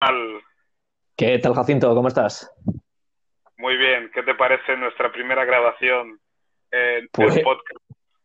Al- ¿Qué tal, Jacinto? ¿Cómo estás? Muy bien, ¿qué te parece nuestra primera grabación en el Pues, podcast?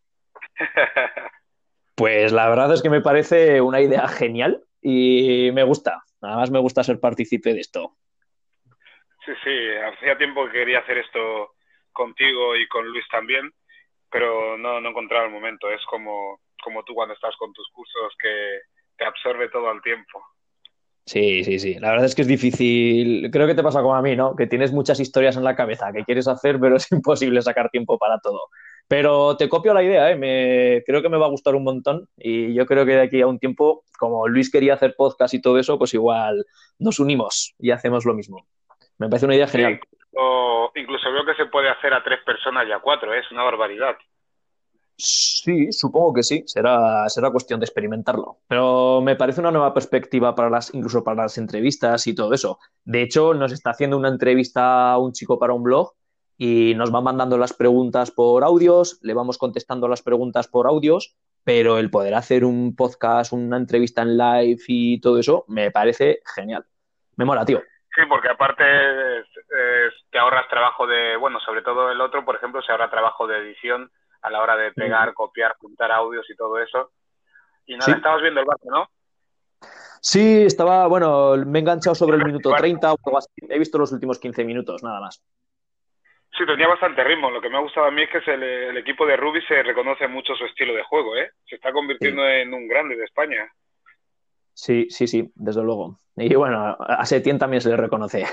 pues la verdad es que me parece una idea genial y me gusta. Además, me gusta ser partícipe de esto. Sí, sí, hacía tiempo que quería hacer esto contigo y con Luis también, pero no encontraba el momento. Es como tú cuando estás con tus cursos que te absorbe todo el tiempo. Sí, sí, sí. La verdad es que es difícil. Creo que te pasa como a mí, ¿no? Que tienes muchas historias en la cabeza que quieres hacer, pero es imposible sacar tiempo para todo. Pero te copio la idea, ¿eh? Creo que me va a gustar un montón y yo creo que de aquí a un tiempo, como Luis quería hacer podcast y todo eso, pues igual nos unimos y hacemos lo mismo. Me parece una idea Sí, genial. incluso veo que se puede hacer a 3 personas y a 4, es una barbaridad. Sí, supongo que sí. Será cuestión de experimentarlo. Pero me parece una nueva perspectiva para incluso para las entrevistas y todo eso. De hecho, nos está haciendo una entrevista un chico para un blog y nos va mandando las preguntas por audios, le vamos contestando las preguntas por audios, pero el poder hacer un podcast, una entrevista en live y todo eso, me parece genial. Me mola, tío. Sí, porque aparte te ahorras trabajo bueno, sobre todo el otro, por ejemplo, se ahorra trabajo de edición a la hora de Mm. pegar, copiar, juntar audios y todo eso. Y nada, Sí, estabas viendo el Barça, ¿no? sí, bueno, me he enganchado sobre el El minuto Barça. 30 o algo así. He visto los últimos 15 minutos, nada más. Sí, tenía bastante ritmo. Lo que me ha gustado a mí es que el equipo de Rubi se reconoce mucho su estilo de juego, ¿eh? Se está Sí. convirtiendo en un grande de España. Sí, sí, sí, desde luego. Y bueno, a Setién también se le reconoce.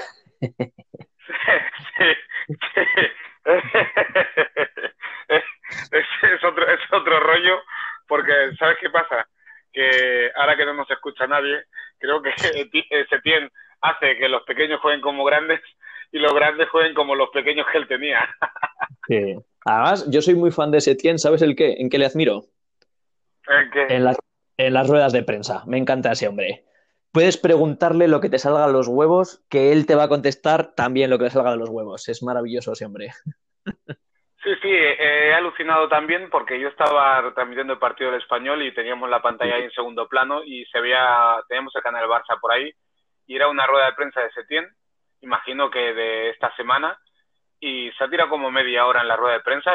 Sí, sí. Es otro rollo, porque ¿sabes qué pasa? Que ahora que no nos escucha nadie, creo que Setién hace que los pequeños jueguen como grandes y los grandes jueguen como los pequeños que él tenía. Sí. Además, yo soy muy fan de Setién, ¿sabes el qué? ¿En qué le admiro? Que En en las ruedas de prensa. Me encanta ese hombre. Puedes preguntarle lo que te salga de los huevos, que él te va a contestar también lo que le salga de los huevos. Es maravilloso ese hombre. Sí, sí, he alucinado también porque yo estaba transmitiendo el partido del Español y teníamos la pantalla ahí en segundo plano y teníamos el canal Barça por ahí y era una rueda de prensa de Setién, imagino que de esta semana, y se ha tirado como media hora en la rueda de prensa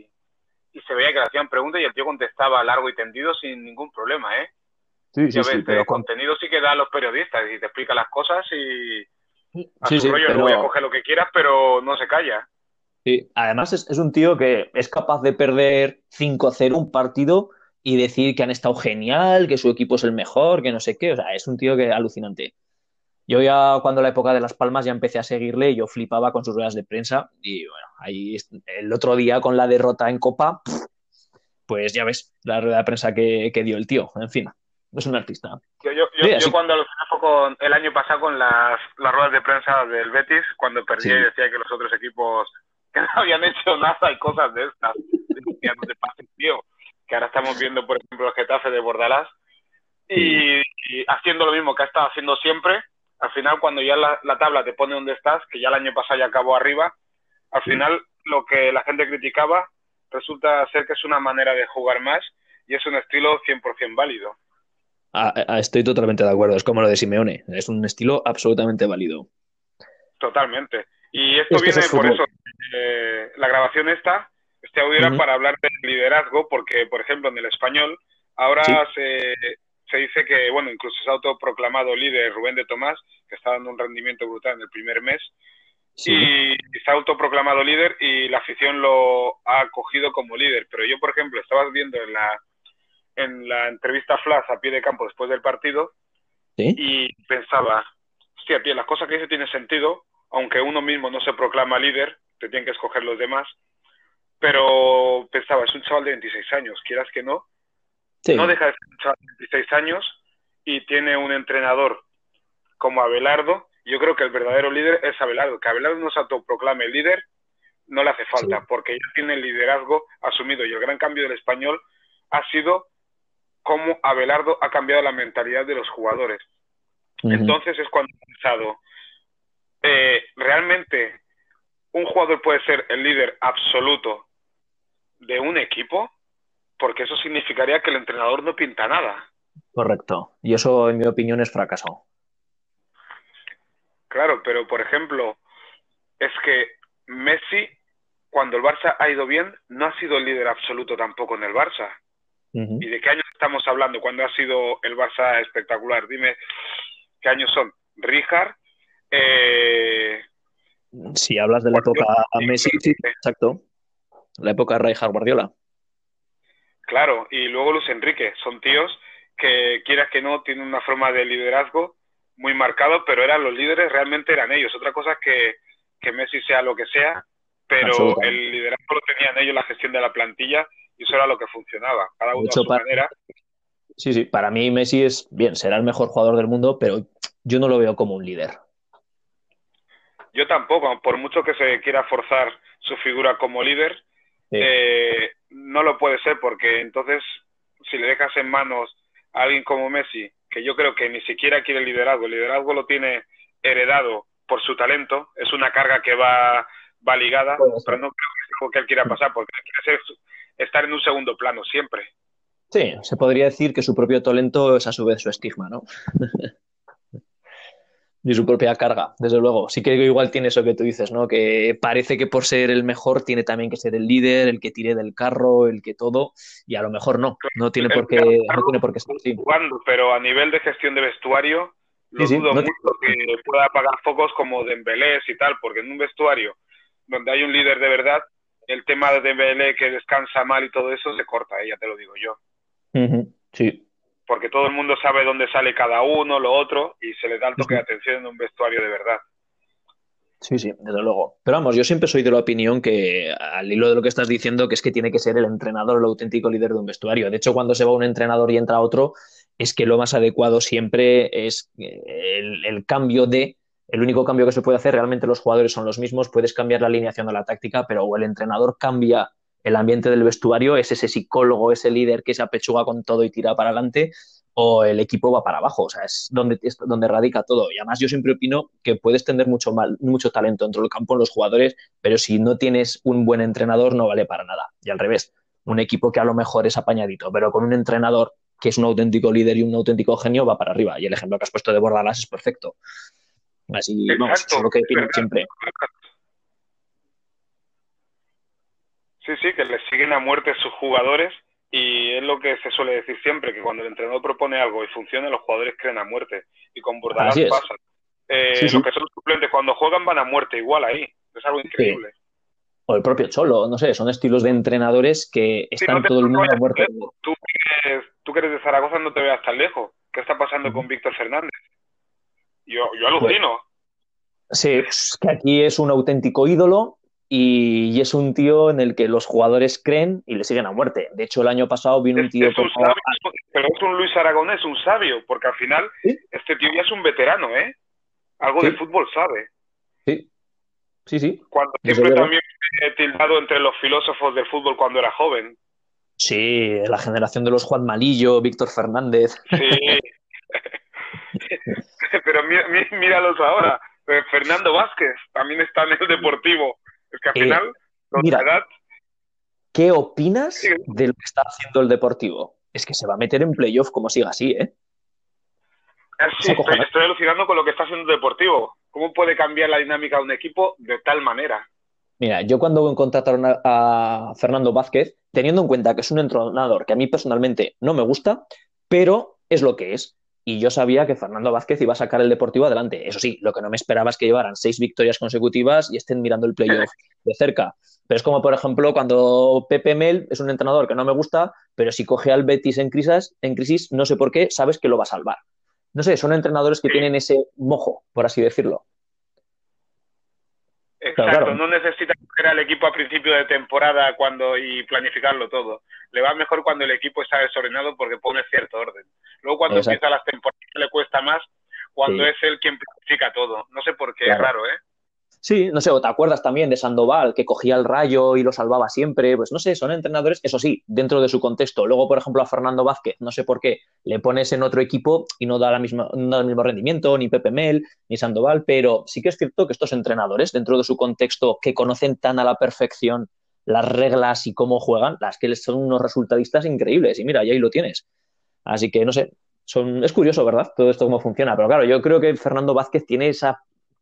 y se veía que le hacían preguntas y el tío contestaba largo y tendido sin ningún problema, ¿eh? Sí, Ya sí, ves, sí, pero contenido sí que da a los periodistas y te explica las cosas y a sí, su sí, rollo luego ya pero coge lo que quieras, pero no se calla. sí. Además es un tío que es capaz de perder 5-0 un partido y decir que han estado genial, que su equipo es el mejor, que no sé qué. O sea, es un tío que alucinante. Yo ya cuando la época de Las Palmas ya empecé a seguirle y yo flipaba con sus ruedas de prensa y bueno, ahí el otro día con la derrota en Copa, pues ya ves la rueda de prensa que dio el tío. En fin, es un artista. Yo, yo, yo, Sí, yo así cuando aluciné fue el año pasado con las ruedas de prensa del Betis, cuando perdía y sí. decía que los otros equipos que no habían hecho nada y cosas de estas. Decía, no te pases, tío. Que ahora estamos viendo, por ejemplo, el Getafe de Bordalás Sí. y haciendo lo mismo que ha estado haciendo siempre. Al final, cuando ya la tabla te pone donde estás, que ya el año pasado ya acabó arriba, al Sí. final lo que la gente criticaba resulta ser que es una manera de jugar más y es un estilo 100% válido. Estoy totalmente de acuerdo. Es como lo de Simeone. Es un estilo absolutamente válido. Totalmente. Y esto Es que eso es viene por fútbol. eso. La grabación este audio era Ujú. para hablar del liderazgo, porque, por ejemplo, en el español, ahora Sí, se dice que, bueno, incluso se ha autoproclamado líder Rubén de Tomás, que está dando un rendimiento brutal en el primer mes, sí, y se ha autoproclamado líder y la afición lo ha acogido como líder. Pero yo, por ejemplo, estaba viendo en la entrevista Flash a pie de campo después del partido sí, y pensaba, hostia, tío, las cosas que dice tienen sentido, aunque uno mismo no se proclama líder, te tienen que escoger los demás, pero pensaba, es un chaval de 26 años, quieras que no, no sí, deja de ser un chaval de 26 años y tiene un entrenador como Abelardo. Yo creo que el verdadero líder es Abelardo, que Abelardo no se autoproclame líder, no le hace sí. falta, porque ya tiene el liderazgo asumido y el gran cambio del español ha sido cómo Abelardo ha cambiado la mentalidad de los jugadores. Ujú. Entonces es cuando he pensado, realmente un jugador puede ser el líder absoluto de un equipo, porque eso significaría que el entrenador no pinta nada. Correcto. Y eso, en mi opinión, es fracaso. Claro, pero por ejemplo, es que Messi, cuando el Barça ha ido bien, no ha sido el líder absoluto tampoco en el Barça. Ujú. ¿Y de qué años estamos hablando? ¿Cuándo ha sido el Barça espectacular? Dime qué años son. Rijkaard, eh, Si hablas de la época Guardiola, Messi, sí, exacto. La época Rijkaard Guardiola. claro, y luego Luis Enrique. Son tíos que, quieras que no, tienen una forma de liderazgo muy marcado, pero eran los líderes, realmente eran ellos. Otra cosa es que Messi sea lo que sea, pero Absolutamente. el liderazgo lo tenían ellos, la gestión de la plantilla, y eso era lo que funcionaba, cada De uno a hecho, su manera. sí, sí, para mí Messi es, bien, será el mejor jugador del mundo, pero yo no lo veo como un líder. Yo tampoco, por mucho que se quiera forzar su figura como líder, Sí. no lo puede ser, porque entonces, si le dejas en manos a alguien como Messi, que yo creo que ni siquiera quiere el liderazgo lo tiene heredado por su talento, es una carga que va ligada, Puede pero ser. no creo que es algo que él quiera pasar, porque él quiere estar en un segundo plano siempre. Sí, se podría decir que su propio talento es a su vez su estigma, ¿no? Y su propia carga, desde luego. Sí que igual tiene eso que tú dices, ¿no? Que parece que por ser el mejor tiene también que ser el líder, el que tire del carro, el que todo, y a lo mejor no, no tiene por qué ser así. Jugando, pero a nivel de gestión de vestuario, Sí, lo sí, dudo no tiene mucho por que qué. pueda apagar focos como Dembélé y tal, porque en un vestuario donde hay un líder de verdad, el tema de Dembélé que descansa mal y todo eso se corta, ya te lo digo yo. Ujú, sí, Porque todo el mundo sabe dónde sale cada uno, lo otro, y se le da el sí, toque de sí. atención en un vestuario de verdad. Sí, sí, desde luego. Pero vamos, yo siempre soy de la opinión que, al hilo de lo que estás diciendo, que es que tiene que ser el entrenador el auténtico líder de un vestuario. De hecho, cuando se va un entrenador y entra otro, es que lo más adecuado siempre es el cambio de. El único cambio que se puede hacer, realmente los jugadores son los mismos, puedes cambiar la alineación de la táctica, pero o el entrenador cambia el ambiente del vestuario, es ese psicólogo, ese líder que se apechuga con todo y tira para adelante, o el equipo va para abajo. O sea, es donde radica todo. Y además yo siempre opino que puedes tener mucho talento dentro del campo en los jugadores, pero si no tienes un buen entrenador no vale para nada. Y al revés, un equipo que a lo mejor es apañadito, pero con un entrenador que es un auténtico líder y un auténtico genio va para arriba. Y el ejemplo que has puesto de Bordalas es perfecto. Así, vamos, eso Exacto, es lo que es opino verdad. siempre. Sí, sí, que le siguen a muerte sus jugadores y es lo que se suele decir siempre, que cuando el entrenador propone algo y funciona, los jugadores creen a muerte. Y con Bordalás Así es. pasa. Sí, Los sí. que son suplentes cuando juegan van a muerte igual ahí. Es algo Sí. increíble. O el propio Cholo, no sé, son estilos de entrenadores que Si no están te todo el no mundo a vayas tan muerte. lejos. Tú que eres de Zaragoza no te veas tan lejos. ¿Qué está pasando Uh-huh. con Víctor Fernández? Yo Pues alucino. sí, pues, que aquí es un auténtico ídolo y es un tío en el que los jugadores creen y le siguen a muerte. De hecho, el año pasado vino un tío Es un como... sabio, pero es un Luis Aragonés, un sabio, porque al final Sí, este tío ya es un veterano, ¿eh? Algo de sí, fútbol sabe. sí, sí, sí, Cuando desde siempre luego. también he tildado entre los filósofos del fútbol cuando era joven. Sí, la generación de los Juan Malillo, Víctor Fernández. Sí, pero míralos ahora. Fernando Vázquez también está en el Deportivo. Es que al Eh, final, con la mira, edad, ¿qué opinas sí, de lo que está haciendo el Deportivo? Es que se va a meter en playoff como siga así, ¿eh? Es sí, acojonante. estoy alucinando con lo que está haciendo el Deportivo. ¿Cómo puede cambiar la dinámica de un equipo de tal manera? Mira, yo cuando contrataron a Fernando Vázquez, teniendo en cuenta que es un entrenador que a mí personalmente no me gusta, pero es lo que es. Y yo sabía que Fernando Vázquez iba a sacar el Deportivo adelante. Eso sí, lo que no me esperaba es que llevaran 6 victorias consecutivas y estén mirando el playoff de cerca. Pero es como, por ejemplo, cuando Pepe Mel es un entrenador que no me gusta, pero si coge al Betis en crisis, no sé por qué, sabes que lo va a salvar. No sé, son entrenadores que tienen ese mojo, por así decirlo. Pero Exacto, claro, no necesitas coger al equipo a principio de temporada y planificarlo todo. Le va mejor cuando el equipo está desordenado porque pone cierto orden. Luego cuando exacto. empieza las temporadas le cuesta más cuando Sí, es él quien planifica todo. No sé por qué, es claro. raro, ¿eh? Sí, no sé, o te acuerdas también de Sandoval, que cogía el Rayo y lo salvaba siempre, pues no sé, son entrenadores, eso sí, dentro de su contexto. Luego, por ejemplo, a Fernando Vázquez, no sé por qué, le pones en otro equipo y no da el mismo rendimiento, ni Pepe Mel, ni Sandoval, pero sí que es cierto que estos entrenadores, dentro de su contexto, que conocen tan a la perfección las reglas y cómo juegan, las que son unos resultadistas increíbles. Y mira, y ahí lo tienes. Así que, no sé, es curioso, ¿verdad? Todo esto cómo funciona. Pero claro, yo creo que Fernando Vázquez tiene esa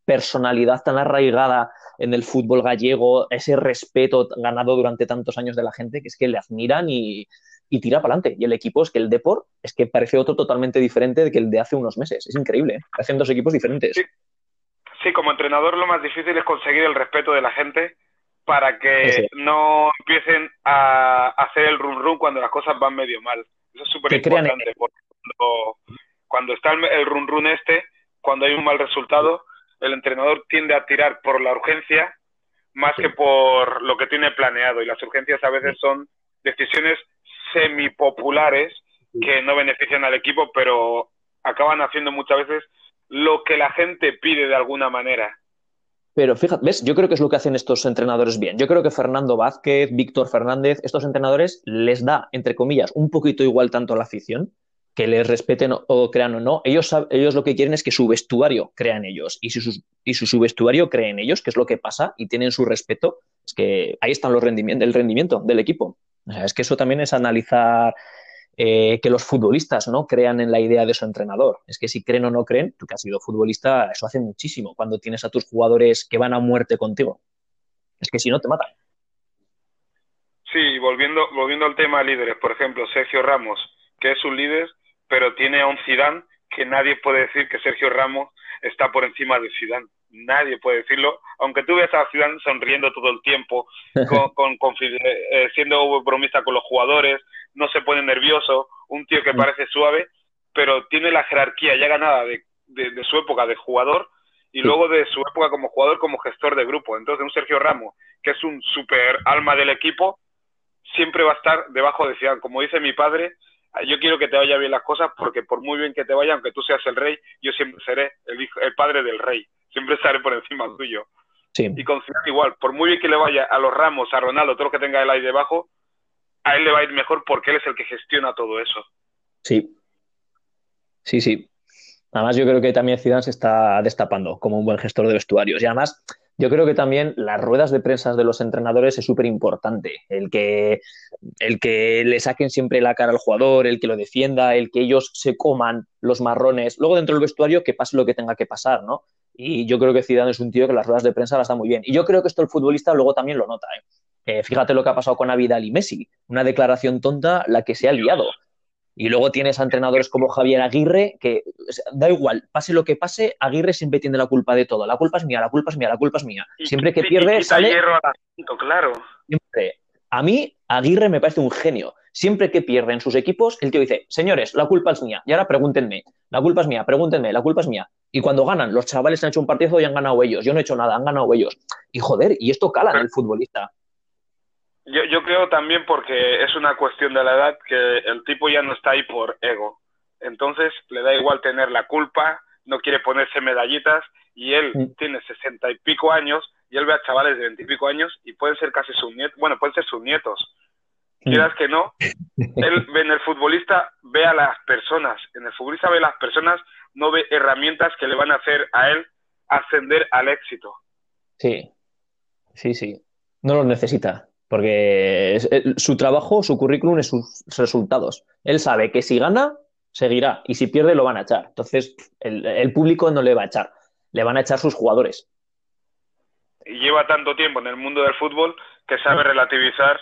personalidad tan arraigada en el fútbol gallego, ese respeto ganado durante tantos años de la gente, que es que le admiran y tira para adelante. Y el equipo es que el Depor es que parece otro totalmente diferente de que el de hace unos meses. Es increíble, ¿eh? Hacen dos equipos Sí, diferentes. sí, como entrenador lo más difícil es conseguir el respeto de la gente para Eso, que no empiecen a hacer el run run cuando las cosas van medio mal. Eso es súper que crean en importante, porque cuando está el run run cuando hay un mal resultado, el entrenador tiende a tirar por la urgencia más que sí, por lo que tiene planeado. Y las urgencias a veces sí, son decisiones semipopulares que no benefician al equipo, pero acaban haciendo muchas veces lo que la gente pide de alguna manera. pero fíjate, ¿ves? Yo creo que es lo que hacen estos entrenadores bien. Yo creo que Fernando Vázquez, Víctor Fernández, estos entrenadores les da, entre comillas, un poquito igual tanto a la afición, que les respeten o crean o no. Ellos lo que quieren es que su vestuario crea en ellos. Y si su vestuario cree en ellos, que es lo que pasa, y tienen su respeto, es que ahí están el rendimiento del equipo. O sea, es que eso también es analizar que los futbolistas no crean en la idea de su entrenador. Es que si creen o no creen, tú que has sido futbolista, eso hace muchísimo cuando tienes a tus jugadores que van a muerte contigo. Es que si no, te matan. Sí, volviendo al tema líderes, por ejemplo, Sergio Ramos, que es un líder, pero tiene a un Zidane que nadie puede decir que Sergio Ramos está por encima de Zidane. Nadie puede decirlo, aunque tú veas a Zidane sonriendo todo el tiempo, siendo bromista con los jugadores, no se pone nervioso, un tío que parece suave, pero tiene la jerarquía ya ganada de su época de jugador y Sí, luego de su época como jugador, como gestor de grupo. Entonces, un Sergio Ramos, que es un super alma del equipo, siempre va a estar debajo de Zidane. Como dice mi padre, yo quiero que te vaya bien las cosas porque por muy bien que te vaya, aunque tú seas el rey, yo siempre seré el padre del rey. Siempre estaré por encima tuyo. Y sí, con Zidane igual, por muy bien que le vaya a los Ramos, a Ronaldo, todo lo que tenga él ahí debajo, a él le va a ir mejor porque él es el que gestiona todo eso. sí, sí, sí. Además, yo creo que también Zidane se está destapando como un buen gestor de vestuarios. Y además, yo creo que también las ruedas de prensa de los entrenadores es súper importante. El que le saquen siempre la cara al jugador, el que lo defienda, el que ellos se coman los marrones. Luego, dentro del vestuario, que pase lo que tenga que pasar, ¿no? Y yo creo que Zidane es un tío que las ruedas de prensa las da muy bien. Y yo creo que esto el futbolista luego también lo nota, ¿eh? Fíjate lo que ha pasado con Vidal y Messi. Una declaración tonta la que se ha liado. Dios. Y luego tienes a entrenadores como Javier Aguirre, que o sea, da igual, pase lo que pase, Aguirre siempre tiene la culpa de todo. La culpa es mía, la culpa es mía, la culpa es mía. Siempre que Y pierde, quita sale hierro al asunto, claro. siempre. A mí, Aguirre me parece un genio. Siempre que pierde en sus equipos, el tío dice, señores, la culpa es mía. Y ahora pregúntenme, la culpa es mía, pregúntenme, la culpa es mía. Y cuando ganan, los chavales han hecho un partido y han ganado ellos. Yo no he hecho nada, han ganado ellos. Y joder, y esto cala en Pero el futbolista. yo creo también porque es una cuestión de la edad que el tipo ya no está ahí por ego. Entonces le da igual tener la culpa, no quiere ponerse medallitas y él Mm, tiene 60 y pico años y él ve a chavales de 20 y pico años y pueden ser casi sus nietos, bueno, pueden ser sus nietos. mm. Quieras que no, él ve en el futbolista, ve a las personas, en el futbolista ve a las personas, no ve herramientas que le van a hacer a él ascender al éxito. Sí, sí, sí. No los necesita, porque su trabajo, su currículum es sus resultados. Él sabe que si gana, seguirá, y si pierde, lo van a echar. Entonces, el público no le va a echar, le van a echar sus jugadores. Y lleva tanto tiempo en el mundo del fútbol que sabe relativizar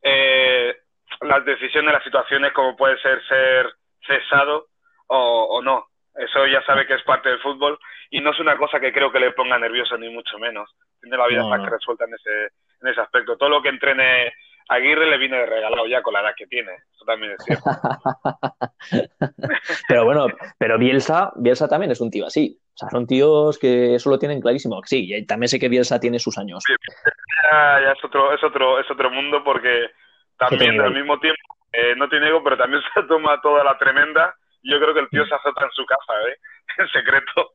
las decisiones, las situaciones, como puede ser cesado o no. Eso ya sabe que es parte del fútbol y no es una cosa que creo que le ponga nervioso ni mucho menos. Tiene la vida No, más que no. resuelta en ese aspecto. Todo lo que entrene Aguirre le viene de regalado ya con la edad que tiene. Eso también es cierto. Pero bueno, pero Bielsa también es un tío así. O sea, son tíos que eso lo tienen clarísimo. Sí, y también sé que Bielsa tiene sus años. Ya es otro mundo porque Es otro también al nivel. mismo tiempo no tiene ego, pero también se toma toda la tremenda. Y yo creo que el tío se azota en su casa, en secreto.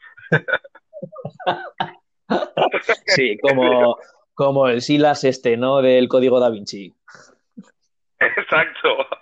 Sí, como el Silas este, ¿no? Del Código Da Vinci. Exacto.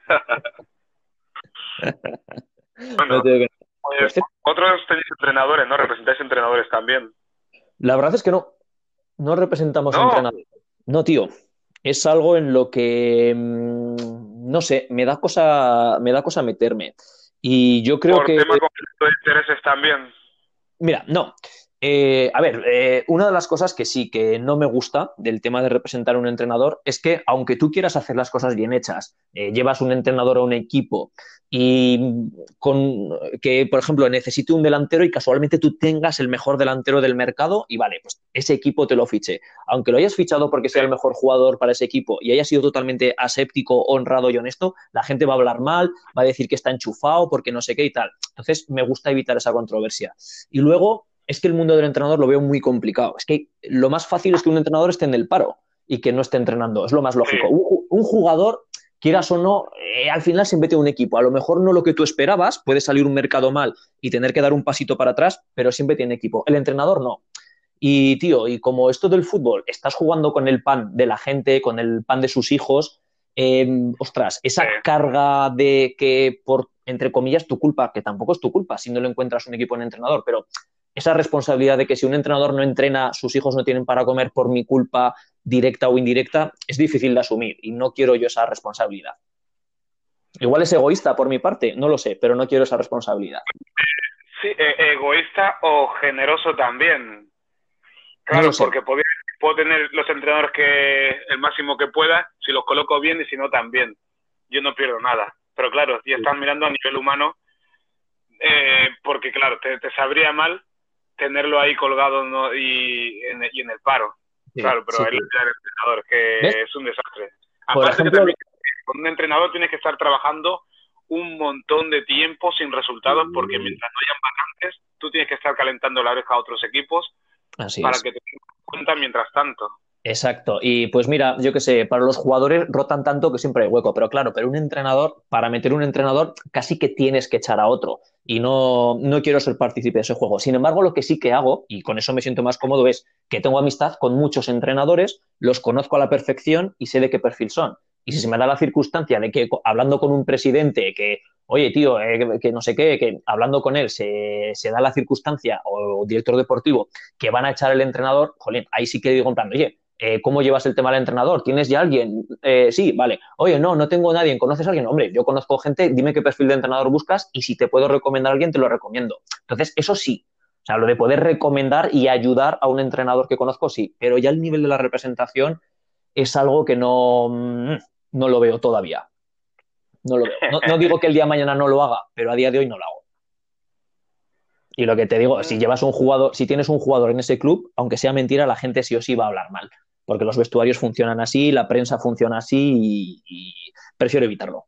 No Bueno, te digo que no. pues Pues sí, otros tenéis entrenadores, ¿no? Representáis entrenadores también. la verdad es que no. No representamos No, entrenadores. No, tío. Es algo en lo que no sé, me da cosa meterme. Y yo creo por que, tema conflicto de intereses también. mira, no. A ver, una de las cosas que sí que no me gusta del tema de representar a un entrenador es que, aunque tú quieras hacer las cosas bien hechas, llevas un entrenador a un equipo y con que, por ejemplo, necesite un delantero y casualmente tú tengas el mejor delantero del mercado y vale, pues ese equipo te lo fiche. Aunque lo hayas fichado porque sea Sí, el mejor jugador para ese equipo y haya sido totalmente aséptico, honrado y honesto, la gente va a hablar mal, va a decir que está enchufado porque no sé qué y tal. Entonces, me gusta evitar esa controversia. Y luego es que el mundo del entrenador lo veo muy complicado. Es que lo más fácil es que un entrenador esté en el paro y que no esté entrenando. Es lo más sí, lógico. Un jugador, quieras o no, al final siempre tiene un equipo. A lo mejor no lo que tú esperabas, puede salir un mercado mal y tener que dar un pasito para atrás, pero siempre tiene equipo. El entrenador no. Y tío, y como esto del fútbol, estás jugando con el pan de la gente, con el pan de sus hijos, ostras, sí. esa carga de que por, entre comillas, tu culpa, que tampoco es tu culpa si no lo encuentras un equipo en entrenador, pero esa responsabilidad de que si un entrenador no entrena, sus hijos no tienen para comer por mi culpa directa o indirecta, es difícil de asumir y no quiero yo esa responsabilidad. Igual es egoísta por mi parte, no lo sé, pero no quiero esa responsabilidad. Sí, egoísta o generoso también. No lo Claro, sé. porque puedo tener los entrenadores que el máximo que pueda, si los coloco bien y si no también. Yo no pierdo nada. Pero claro, ya están mirando a nivel humano, porque claro, te sabría mal tenerlo ahí colgado, ¿no? y en el paro. Sí, Claro, pero sí, es la sí. vida del entrenador, ¿Ves? que es un desastre. Por Aparte que ejemplo, también con un entrenador tienes que estar trabajando un montón de tiempo sin resultados porque mientras no hayan vacantes, tú tienes que estar calentando la oreja a otros equipos así para es. que te tengan en cuenta mientras tanto. Exacto. Y pues mira, yo qué sé, para los jugadores rotan tanto que siempre hay hueco, pero claro, pero un entrenador, para meter un entrenador, casi que tienes que echar a otro. Y no, no quiero ser partícipe de ese juego. Sin embargo, lo que sí que hago, y con eso me siento más cómodo, es que tengo amistad con muchos entrenadores, los conozco a la perfección y sé de qué perfil son. Y si se me da la circunstancia de que hablando con un presidente que, oye, tío, que no sé qué, que hablando con él se da la circunstancia, o director deportivo, que van a echar el entrenador, jolín, ahí sí que digo en plan, oye, ¿cómo llevas el tema del entrenador? ¿Tienes ya alguien? Sí, vale. Oye, no, no tengo nadie. ¿Conoces a alguien? Hombre, yo conozco gente, dime qué perfil de entrenador buscas y si te puedo recomendar a alguien, te lo recomiendo. Entonces, eso sí. O sea, lo de poder recomendar y ayudar a un entrenador que conozco, sí. Pero ya el nivel de la representación es algo que no, no lo veo todavía. No lo veo. No, no digo que el día de mañana no lo haga, pero a día de hoy no lo hago. Y lo que te digo, si llevas un jugador, si tienes un jugador en ese club, aunque sea mentira, la gente sí o sí va a hablar mal. Porque los vestuarios funcionan así, la prensa funciona así y prefiero evitarlo.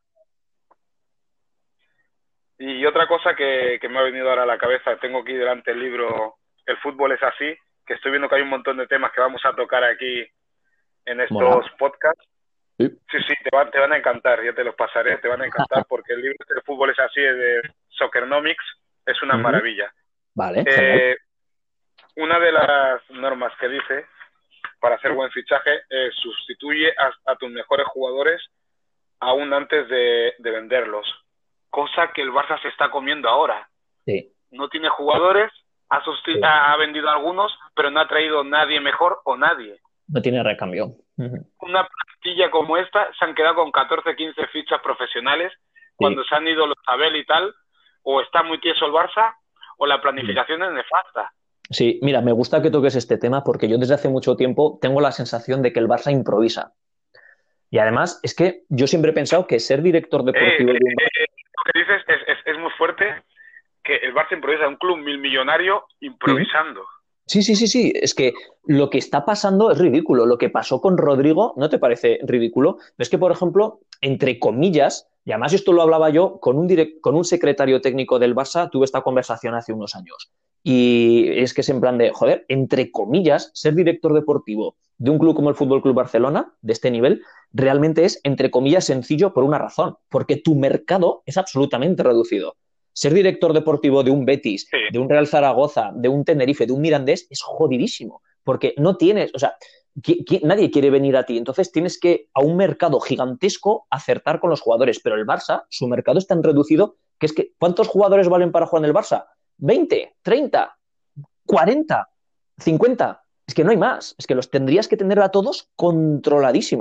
Y otra cosa que me ha venido ahora a la cabeza, tengo aquí delante el libro El fútbol es así, que estoy viendo que hay un montón de temas que vamos a tocar aquí en Mola. estos podcasts. Sí. Sí, sí, te van a encantar, ya te los pasaré, te van a encantar porque el libro El fútbol es así, de Soccernomics, es una Ujú. maravilla. Vale, genial. Eh, una de las normas que dice para hacer buen fichaje es sustituye a tus mejores jugadores aún antes de venderlos, cosa que el Barça se está comiendo ahora. Sí, No tiene jugadores, sí. ha vendido algunos, pero no ha traído nadie mejor o nadie. No tiene recambio. Ujú. Una plantilla como esta se han quedado con 14, 15 fichas profesionales cuando Sí. se han ido los Abel y tal, o está muy tieso el Barça, o la planificación es nefasta. Sí, mira, me gusta que toques este tema porque yo desde hace mucho tiempo tengo la sensación de que el Barça improvisa. Y además es que yo siempre he pensado que ser director deportivo de un Barça. Lo que dices es muy fuerte, que el Barça improvisa, un club millonario Sí. improvisando. Sí, sí, sí, sí. Es que lo que está pasando es ridículo. Lo que pasó con Rodrigo, ¿no te parece ridículo? Es que, por ejemplo, entre comillas, y además esto lo hablaba yo con un secretario técnico del Barça, tuve esta conversación hace unos años. Y es que es en plan de, joder, entre comillas, ser director deportivo de un club como el Fútbol Club Barcelona, de este nivel, realmente es, entre comillas, sencillo por una razón, porque tu mercado es absolutamente reducido. Ser director deportivo de un Betis, Sí, de un Real Zaragoza, de un Tenerife, de un Mirandés, es jodidísimo, porque no tienes, o sea, nadie quiere venir a ti, entonces tienes que a un mercado gigantesco acertar con los jugadores, pero el Barça, su mercado es tan reducido que es que ¿cuántos jugadores valen para jugar en el Barça? 20, 30, 40, 50, es que no hay más, es que los tendrías que tener a todos controladísimos.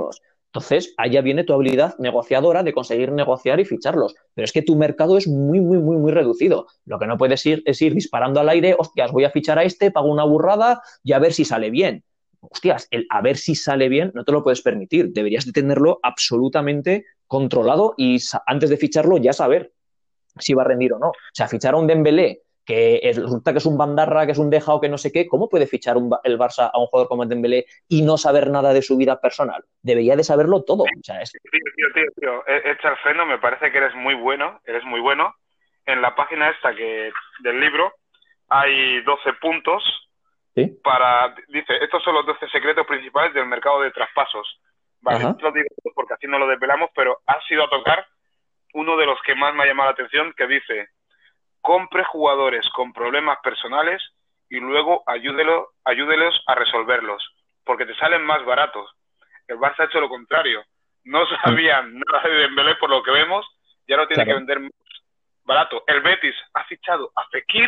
Entonces, allá viene tu habilidad negociadora de conseguir negociar y ficharlos. Pero es que tu mercado es muy, muy, muy, muy reducido. Lo que no puedes ir es ir disparando al aire, hostias, voy a fichar a este, pago una burrada y a ver si sale bien. Hostias, el a ver si sale bien no te lo puedes permitir. Deberías de tenerlo absolutamente controlado y antes de ficharlo ya saber si va a rendir o no. O sea, fichar a un Dembélé resulta que es un bandarra, que es un deja o que no sé qué, ¿cómo puede fichar el Barça a un jugador como el Dembélé y no saber nada de su vida personal? Debería de saberlo todo. O sea, Tío, echa el freno, me parece que eres muy bueno. En la página esta del libro hay 12 puntos ¿sí? dice, estos son los 12 secretos principales del mercado de traspasos. Vale, Ajá. no te lo digo porque así no lo desvelamos, pero ha sido a tocar uno de los que más me ha llamado la atención, que dice, compre jugadores con problemas personales y luego ayúdelos a resolverlos, porque te salen más baratos. El Barça ha hecho lo contrario. No sabían nada de Dembélé por lo que vemos, ya lo tiene que Claro. vender más barato. El Betis ha fichado a Fekir,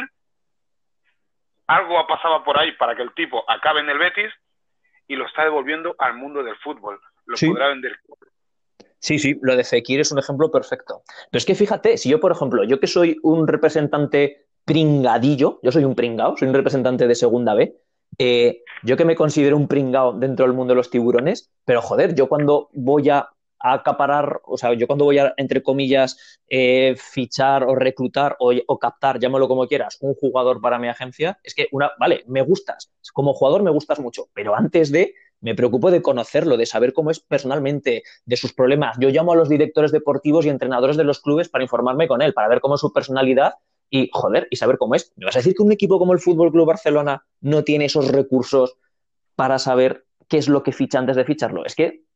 algo ha pasado por ahí para que el tipo acabe en el Betis y lo está devolviendo al mundo del fútbol. Lo Sí. podrá vender. Sí, sí, lo de Fekir es un ejemplo perfecto. Pero es que fíjate, si yo, por ejemplo, yo que soy un representante pringadillo, yo soy un pringao, soy un representante de segunda B, yo que me considero un pringao dentro del mundo de los tiburones, pero joder, yo cuando voy a acaparar, o sea, yo cuando voy a, entre comillas, fichar o reclutar o captar, llámalo como quieras, un jugador para mi agencia, es que, vale, me gustas, como jugador me gustas mucho, pero antes de, me preocupo de conocerlo, de saber cómo es personalmente, de sus problemas. Yo llamo a los directores deportivos y entrenadores de los clubes para informarme con él, para ver cómo es su personalidad y, joder, y saber cómo es. ¿Me vas a decir que un equipo como el Fútbol Club Barcelona no tiene esos recursos para saber qué es lo que ficha antes de ficharlo?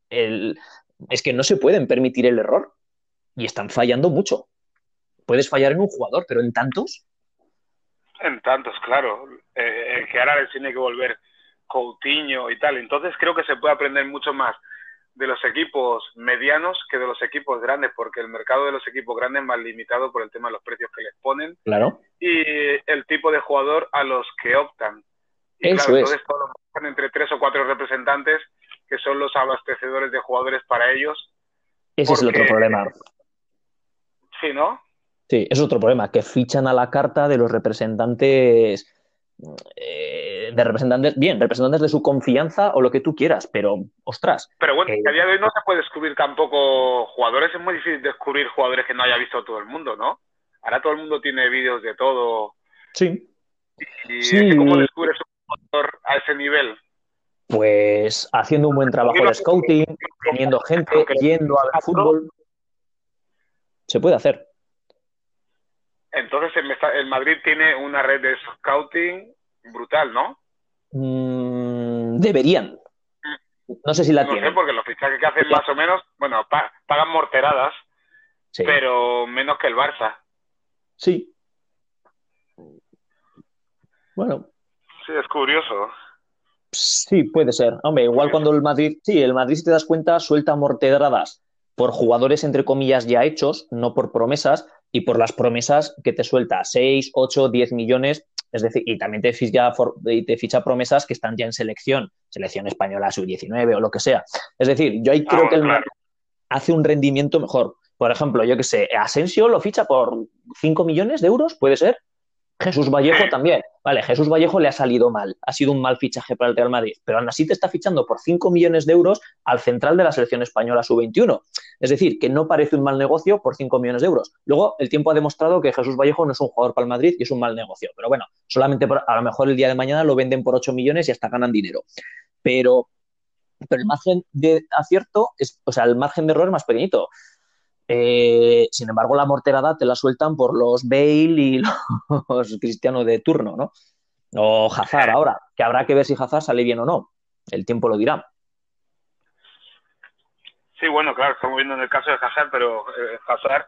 Es que no se pueden permitir el error y están fallando mucho. Puedes fallar en un jugador, pero en tantos. En tantos, claro. Que ahora les tiene que volver Coutinho y tal. Entonces creo que se puede aprender mucho más de los equipos medianos que de los equipos grandes, porque el mercado de los equipos grandes es más limitado por el tema de los precios que les ponen Claro. y el tipo de jugador a los que optan. Y claro, Eso es. entonces todos están entre 3 o 4 representantes que son los abastecedores de jugadores para ellos, Ese es el otro porque problema. sí, ¿no? Sí, es otro problema, que fichan a la carta de los representantes, de representantes, bien, representantes de su confianza o lo que tú quieras, pero, ostras, Pero bueno, eh, a día de hoy no se puede descubrir tampoco jugadores, es muy difícil descubrir jugadores que no haya visto todo el mundo, ¿no? Ahora todo el mundo tiene vídeos de todo. sí, Y es que ¿cómo sí, descubres un jugador a ese nivel? pues haciendo un buen trabajo de scouting, teniendo gente, Aunque yendo a ver fútbol, se puede hacer. entonces el Madrid tiene una red de scouting brutal, ¿no? Deberían, no sé si la No sé, tienen. porque los fichajes que hacen más o menos, bueno, pagan morteradas, Sí, pero menos que el Barça. sí, bueno, Sí, es curioso. sí, puede ser. Hombre, igual cuando el Madrid, sí, el Madrid, si te das cuenta, suelta mortedradas por jugadores, entre comillas, ya hechos, no por promesas, y por las promesas que te suelta, 6, 8, 10 millones, es decir, y también te ficha promesas que están ya en selección española sub-19 o lo que sea. Es decir, yo ahí Ah, creo que bueno, el claro. Madrid hace un rendimiento mejor. Por ejemplo, yo que sé, Asensio lo ficha por 5 millones de euros, puede ser. Jesús Sí, Vallejo también. Vale, Jesús Vallejo le ha salido mal. Ha sido un mal fichaje para el Real Madrid. Pero aún así te está fichando por 5 millones de euros al central de la selección española sub-21. Es decir, que no parece un mal negocio por 5 millones de euros. Luego, el tiempo ha demostrado que Jesús Vallejo no es un jugador para el Madrid y es un mal negocio. Pero bueno, solamente a lo mejor el día de mañana lo venden por 8 millones y hasta ganan dinero. Pero, pero el margen de acierto, o sea, el margen de error es más pequeñito. Sin embargo, la morterada te la sueltan por los Bale y los Cristiano de turno, ¿no? O Hazard ahora, que habrá que ver si Hazard sale bien o no. El tiempo lo dirá. sí, bueno, claro, estamos viendo en el caso de Hazard, pero Hazard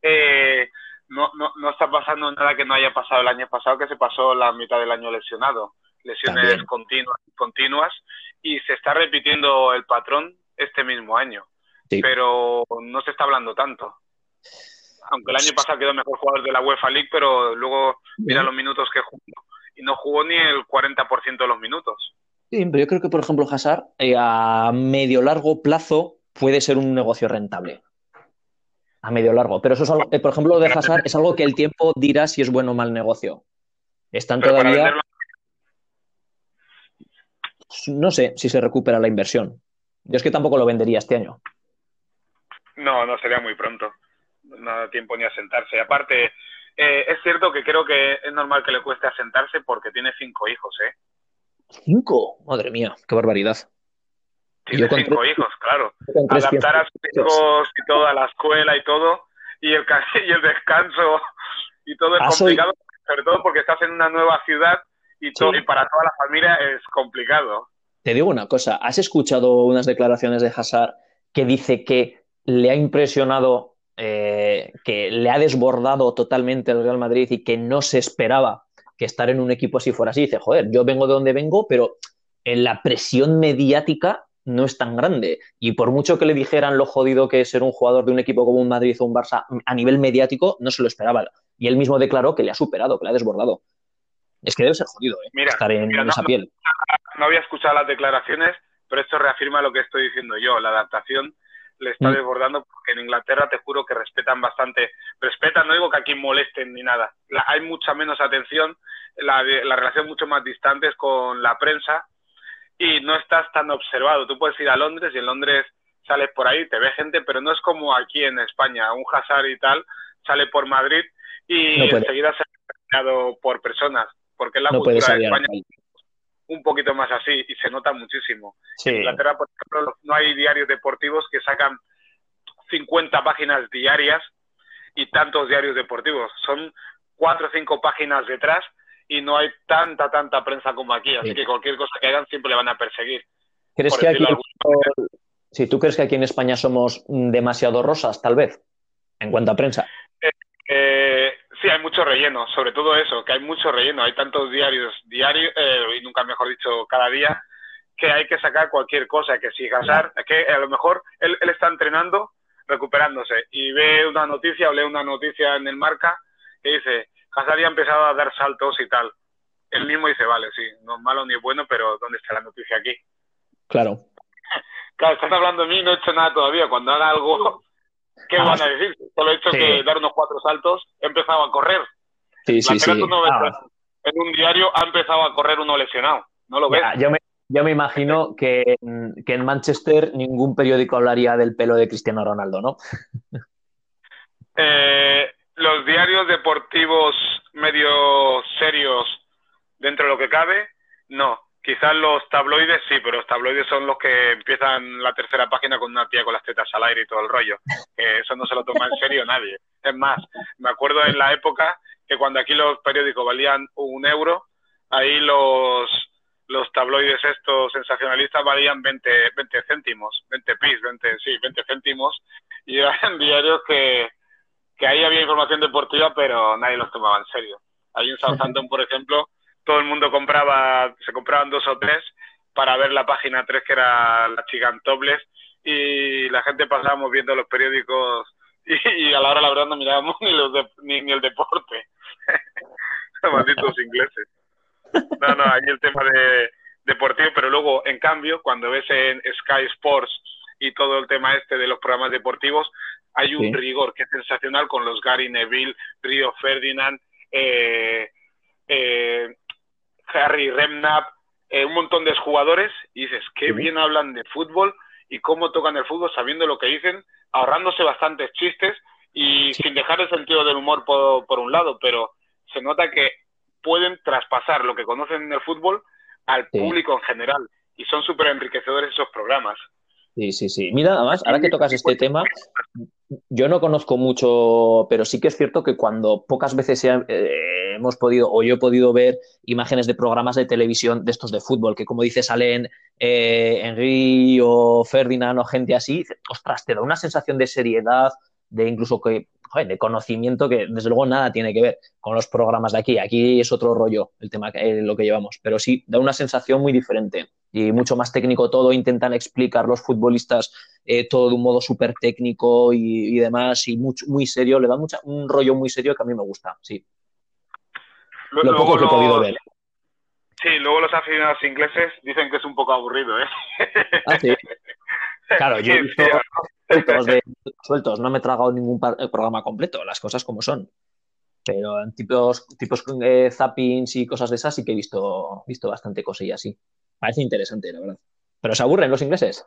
no está pasando nada que no haya pasado el año pasado, que se pasó la mitad del año lesionado. Lesiones También. continuas, y se está repitiendo el patrón este mismo año. Sí. Pero no se está hablando tanto. Aunque el año pasado quedó mejor jugador de la UEFA League, pero luego mira los minutos que jugó y no jugó ni el 40% de los minutos. Sí, pero yo creo que, por ejemplo, Hazard, a medio largo plazo puede ser un negocio rentable a medio largo. Pero eso es algo, por ejemplo, lo de Hazard es algo que el tiempo dirá si es bueno o mal negocio. Están Pero para todavía, venderlo, no sé si se recupera la inversión. Yo es que tampoco lo vendería este año. no, no sería muy pronto. No da tiempo ni a sentarse. Aparte, es cierto que creo que es normal que le cueste asentarse porque tiene 5 hijos, ¿eh? ¿5? Madre mía, qué barbaridad. Y Tiene 5 hijos, claro. con tres pienso. Adaptar a sus hijos y todo a la escuela y todo, y el, y el descanso y todo es Ah, soy. complicado, sobre todo porque estás en una nueva ciudad y, todo, y Sí. para toda la familia es complicado. Te digo una cosa, ¿has escuchado unas declaraciones de Hazard que dice que le ha impresionado, que le ha desbordado totalmente el Real Madrid y que no se esperaba que estar en un equipo así fuera así? Dice, joder, yo vengo de donde vengo, pero en la presión mediática no es tan grande. Y por mucho que le dijeran lo jodido que es ser un jugador de un equipo como un Madrid o un Barça, a nivel mediático no se lo esperaba. Y él mismo declaró que le ha superado, que le ha desbordado. Es que debe ser jodido, ¿eh? Mira, Estar mira en esa piel. no había escuchado las declaraciones, pero esto reafirma lo que estoy diciendo yo. La adaptación le está Mm, desbordando porque en Inglaterra te juro que respetan bastante. Respetan, no digo que aquí molesten ni nada. Hay mucha menos atención, la relación mucho más distante con la prensa y no estás tan observado. Tú puedes ir a Londres y en Londres sales por ahí, te ve gente, pero no es como aquí en España. Un Hazard y tal sale por Madrid no y puede, enseguida se ha creado por personas, porque es la no puede cultura de salir a la España calle. un poquito más así y se nota muchísimo. Sí, En Inglaterra, por ejemplo, no hay diarios deportivos que sacan 50 páginas diarias y tantos diarios deportivos. Son 4 o 5 páginas detrás y no hay tanta prensa como aquí. Así sí. que cualquier cosa que hagan siempre le van a perseguir, ¿Crees por que aquí, decirlo de alguna manera. si tú crees que aquí en España somos demasiado rosas, tal vez, en cuanto a prensa? Sí, hay mucho relleno, sobre todo eso, que hay mucho relleno. Hay tantos diarios, y nunca mejor dicho, cada día, que hay que sacar cualquier cosa, que si Ya. Hazard, que a lo mejor él está entrenando, recuperándose, y ve una noticia o lee una noticia en el Marca que dice, Hazard ya ha empezado a dar saltos y tal. Él mismo dice, vale, sí, no es malo ni es bueno, pero ¿dónde está la noticia aquí? Claro. Claro, están hablando de mí, no he hecho nada todavía. Cuando haga algo, ¿qué Ah, van a decir? Solo he hecho sí, que dar unos 4 saltos, he empezado a correr. En sí, sí, Inglaterra tú sí. no ves Ah, en un diario ha empezado a correr uno lesionado, no lo ves. ya, yo me imagino que en Manchester ningún periódico hablaría del pelo de Cristiano Ronaldo, ¿no? Los diarios deportivos medio serios dentro de lo que cabe, no. Quizás los tabloides sí, pero los tabloides son los que empiezan la tercera página con una tía con las tetas al aire y todo el rollo. Eso no se lo toma en serio nadie. Es más, me acuerdo en la época que cuando aquí los periódicos valían 1 euro, ahí los tabloides estos sensacionalistas valían 20 céntimos, 20 pis, 20 céntimos, y eran diarios que ahí había información deportiva, pero nadie los tomaba en serio. Ahí en Southampton, por ejemplo, todo el mundo se compraban 2 o 3 para ver la página 3, que era la Chicantobles, y la gente pasábamos viendo los periódicos y a la hora la verdad no mirábamos ni el deporte. Malditos ingleses. No, ahí el tema de deportivo, pero luego, en cambio, cuando ves en Sky Sports y todo el tema este de los programas deportivos, hay un Sí. rigor que es sensacional con los Gary Neville, Rio Ferdinand, eh, eh, Harry Redknapp, un montón de jugadores, y dices, qué Sí. bien hablan de fútbol y cómo tocan el fútbol sabiendo lo que dicen, ahorrándose bastantes chistes y Sí. sin dejar el sentido del humor por un lado, pero se nota que pueden traspasar lo que conocen en el fútbol al Sí. público en general y son súper enriquecedores esos programas. Sí, sí, sí. Mira, además, ahora que tocas Aquí, este tema, yo no conozco mucho, pero sí que es cierto que cuando pocas veces hemos podido, o yo he podido ver imágenes de programas de televisión de estos de fútbol, que como dices, salen Henry o Ferdinand o gente así, ostras, te da una sensación de seriedad, de incluso que, joder, de conocimiento que desde luego nada tiene que ver con los programas de aquí. Aquí es otro rollo el tema, lo que llevamos, pero sí, da una sensación muy diferente y mucho más técnico todo, intentan explicar los futbolistas todo de un modo súper técnico y demás, y muy serio, le da un rollo muy serio que a mí me gusta, sí. Lo poco luego que he podido los ver. sí, luego los aficionados ingleses dicen que es un poco aburrido, ¿eh? Ah, sí. Claro, yo he Sí, visto sueltos, no me he tragado ningún programa completo, las cosas como son. Pero en tipos zappings y cosas de esas sí que he visto bastante cosilla así. Parece interesante, la verdad. Pero se aburren los ingleses.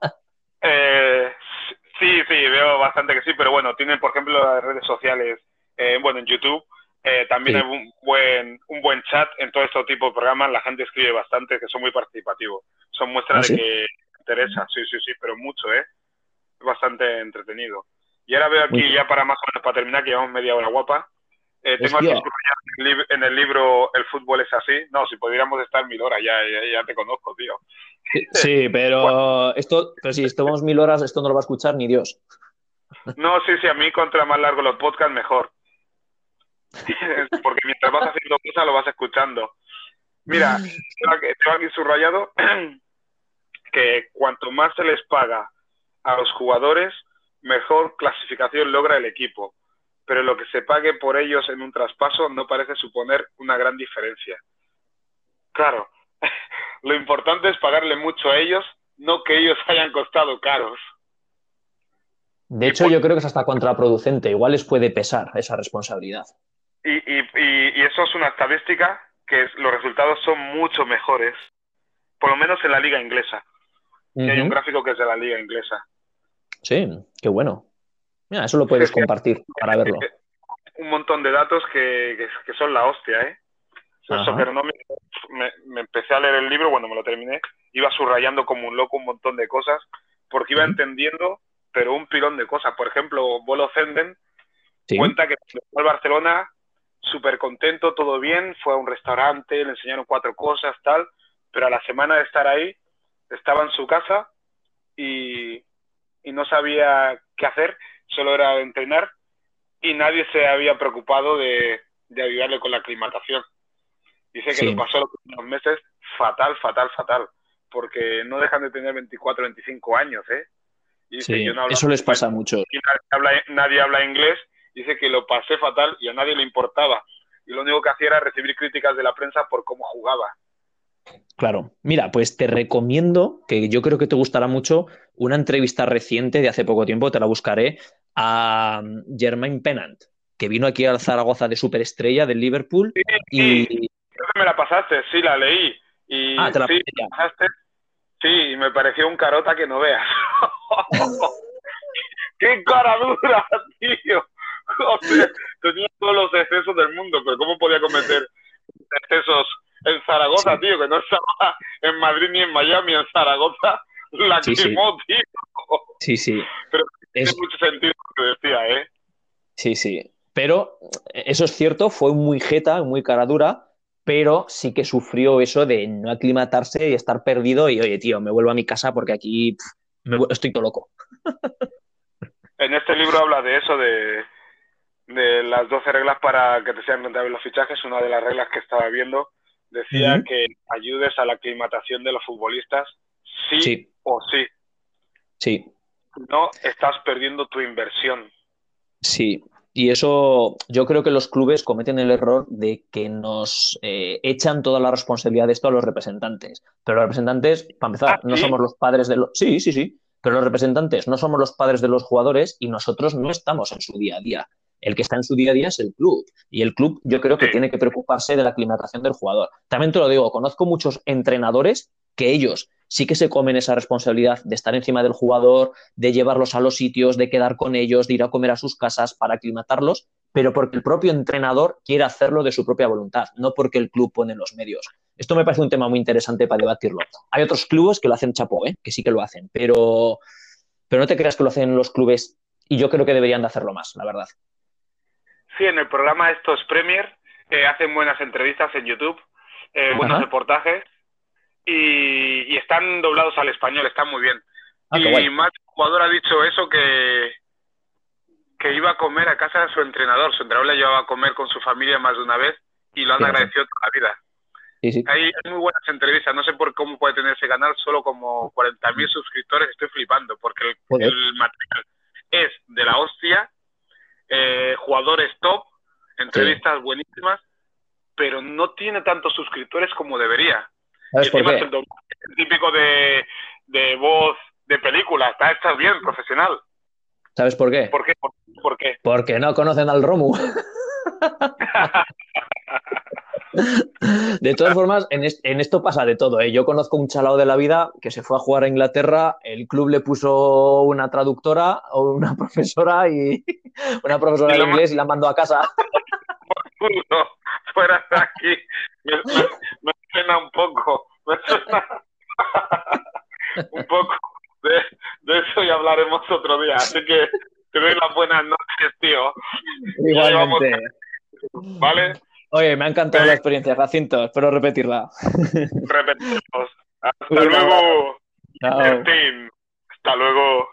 Eh, sí, sí, veo bastante que sí, pero bueno, tienen, por ejemplo, las redes sociales, bueno, en YouTube, también hay Sí, un buen chat en todo este tipo de programas, la gente escribe bastante, que son muy participativos, son muestra ah, de sí. que interesa, sí, sí, sí, pero mucho, ¿eh? Es bastante entretenido. Y ahora veo Muy aquí, bien. ya para más o menos para terminar, que llevamos media hora guapa, tengo aquí Hostia. subrayado en el libro El fútbol es así. No, si pudiéramos estar 1000 horas, ya te conozco, tío. Sí, Bueno, pero si estamos 1000 horas, esto no lo va a escuchar ni Dios. no, sí, sí, a mí contra más largo los podcasts, mejor. Porque mientras vas haciendo cosas, lo vas escuchando. Mira, tengo aquí subrayado que cuanto más se les paga a los jugadores, mejor clasificación logra el equipo. Pero lo que se pague por ellos en un traspaso no parece suponer una gran diferencia. Claro, lo importante es pagarle mucho a ellos, no que ellos hayan costado caros. De Y, hecho, yo creo que es hasta contraproducente. Igual les puede pesar esa responsabilidad. y eso es una estadística que los resultados son mucho mejores, por lo menos en la liga inglesa, que hay un Ujú. gráfico que es de la liga inglesa. Sí, qué bueno. Mira, eso lo Es puedes que compartir para verlo. un montón de datos que son la hostia, ¿eh? Esos Ajá. Soccernomics, me empecé a leer el libro, cuando me lo terminé, iba subrayando como un loco un montón de cosas, porque iba Sí, entendiendo, pero un pilón de cosas. Por ejemplo, Bolo Zenden sí, cuenta que cuando fue al Barcelona, súper contento, todo bien, fue a un restaurante, le enseñaron 4 cosas, tal, pero a la semana de estar ahí, estaba en su casa y, y no sabía qué hacer, solo era entrenar y nadie se había preocupado de ayudarle con la aclimatación. Dice que lo sí, pasó los últimos meses fatal, fatal, fatal, porque no dejan de tener 24, 25 años, ¿eh? Y dice, sí. yo no hablo Eso les español pasa mucho. y nadie habla inglés, dice que lo pasé fatal y a nadie le importaba. Y lo único que hacía era recibir críticas de la prensa por cómo jugaba. Claro. Mira, pues te recomiendo, que yo creo que te gustará mucho, una entrevista reciente de hace poco tiempo, te la buscaré, a Jermaine Pennant, que vino aquí al Zaragoza de superestrella del Liverpool Sí, sí, y... creo que me la pasaste, sí, la leí. Y Ah, te la sí, pasé ya. me la pasaste, sí, y me pareció un carota que no veas. ¡Qué cara dura, tío! Joder, tenía todos los excesos del mundo, pero ¿cómo podía cometer excesos en Zaragoza, Sí, tío? Que no estaba en Madrid ni en Miami, en Zaragoza, la sí, sí, quemó, tío. sí, sí. Pero tiene Es, mucho sentido lo que decía, ¿eh? sí, sí. Pero eso es cierto, fue muy jeta, muy cara dura, pero sí que sufrió eso de no aclimatarse y estar perdido y, oye, tío, me vuelvo a mi casa porque aquí estoy todo loco. En este libro habla de eso, de las 12 reglas para que te sean rentables los fichajes. Una de las reglas que estaba viendo decía Ujú. que ayudes a la aclimatación de los futbolistas sí Sí, o sí. sí, No estás perdiendo tu inversión. sí. Y eso, yo creo que los clubes cometen el error de que nos echan toda la responsabilidad de esto a los representantes. Pero los representantes, para Ah, empezar, no sí, somos los padres de los... Sí, sí, sí. Pero los representantes no somos los padres de los jugadores y nosotros no estamos en su día a día. El que está en su día a día es el club. Y el club yo creo que sí, tiene que preocuparse de la aclimatación del jugador. También te lo digo, conozco muchos entrenadores que ellos sí que se comen esa responsabilidad de estar encima del jugador, de llevarlos a los sitios, de quedar con ellos, de ir a comer a sus casas para aclimatarlos, pero porque el propio entrenador quiere hacerlo de su propia voluntad, no porque el club pone los medios. Esto me parece un tema muy interesante para debatirlo. Hay otros clubes que lo hacen chapó, que sí que lo hacen, pero no te creas que lo hacen los clubes y yo creo que deberían de hacerlo más, la verdad. sí, en el programa estos Premier hacen buenas entrevistas en YouTube, buenos Ajá. reportajes y están doblados al español, están muy bien. Ah, qué Y guay. más jugador ha dicho eso que iba a comer a casa de su entrenador. Su entrenador le llevaba a comer con su familia más de una vez y lo han Fíjate. agradecido toda la vida. Sí, sí. Hay muy buenas entrevistas, no sé por cómo puede tener ese canal, solo como 40.000 suscriptores, estoy flipando, porque Joder. el material es de la hostia, jugadores top, Sí. entrevistas buenísimas, pero no tiene tantos suscriptores como debería. Y ¿Sabes por encima es qué? el típico de voz de película, está hecha bien, profesional. ¿Sabes por qué? ¿Por qué? ¿Por qué? Porque no conocen al Romu. De todas formas, en esto pasa de todo, ¿eh? Yo conozco un chalao de la vida que se fue a jugar a Inglaterra, el club le puso una traductora o una profesora y una Y profesora de lo más inglés y la mandó a casa. absurdo, fuera de aquí, me suena un poco, me suena un poco de eso y hablaremos otro día. Así que te doy las buenas noches, tío. Ya llevamos, Igualmente. ¿vale? Oye, me ha encantado la Venga, experiencia, Jacinto. Espero repetirla. repetimos. Hasta Un abrazo. luego, Chao. Bertín. Hasta luego.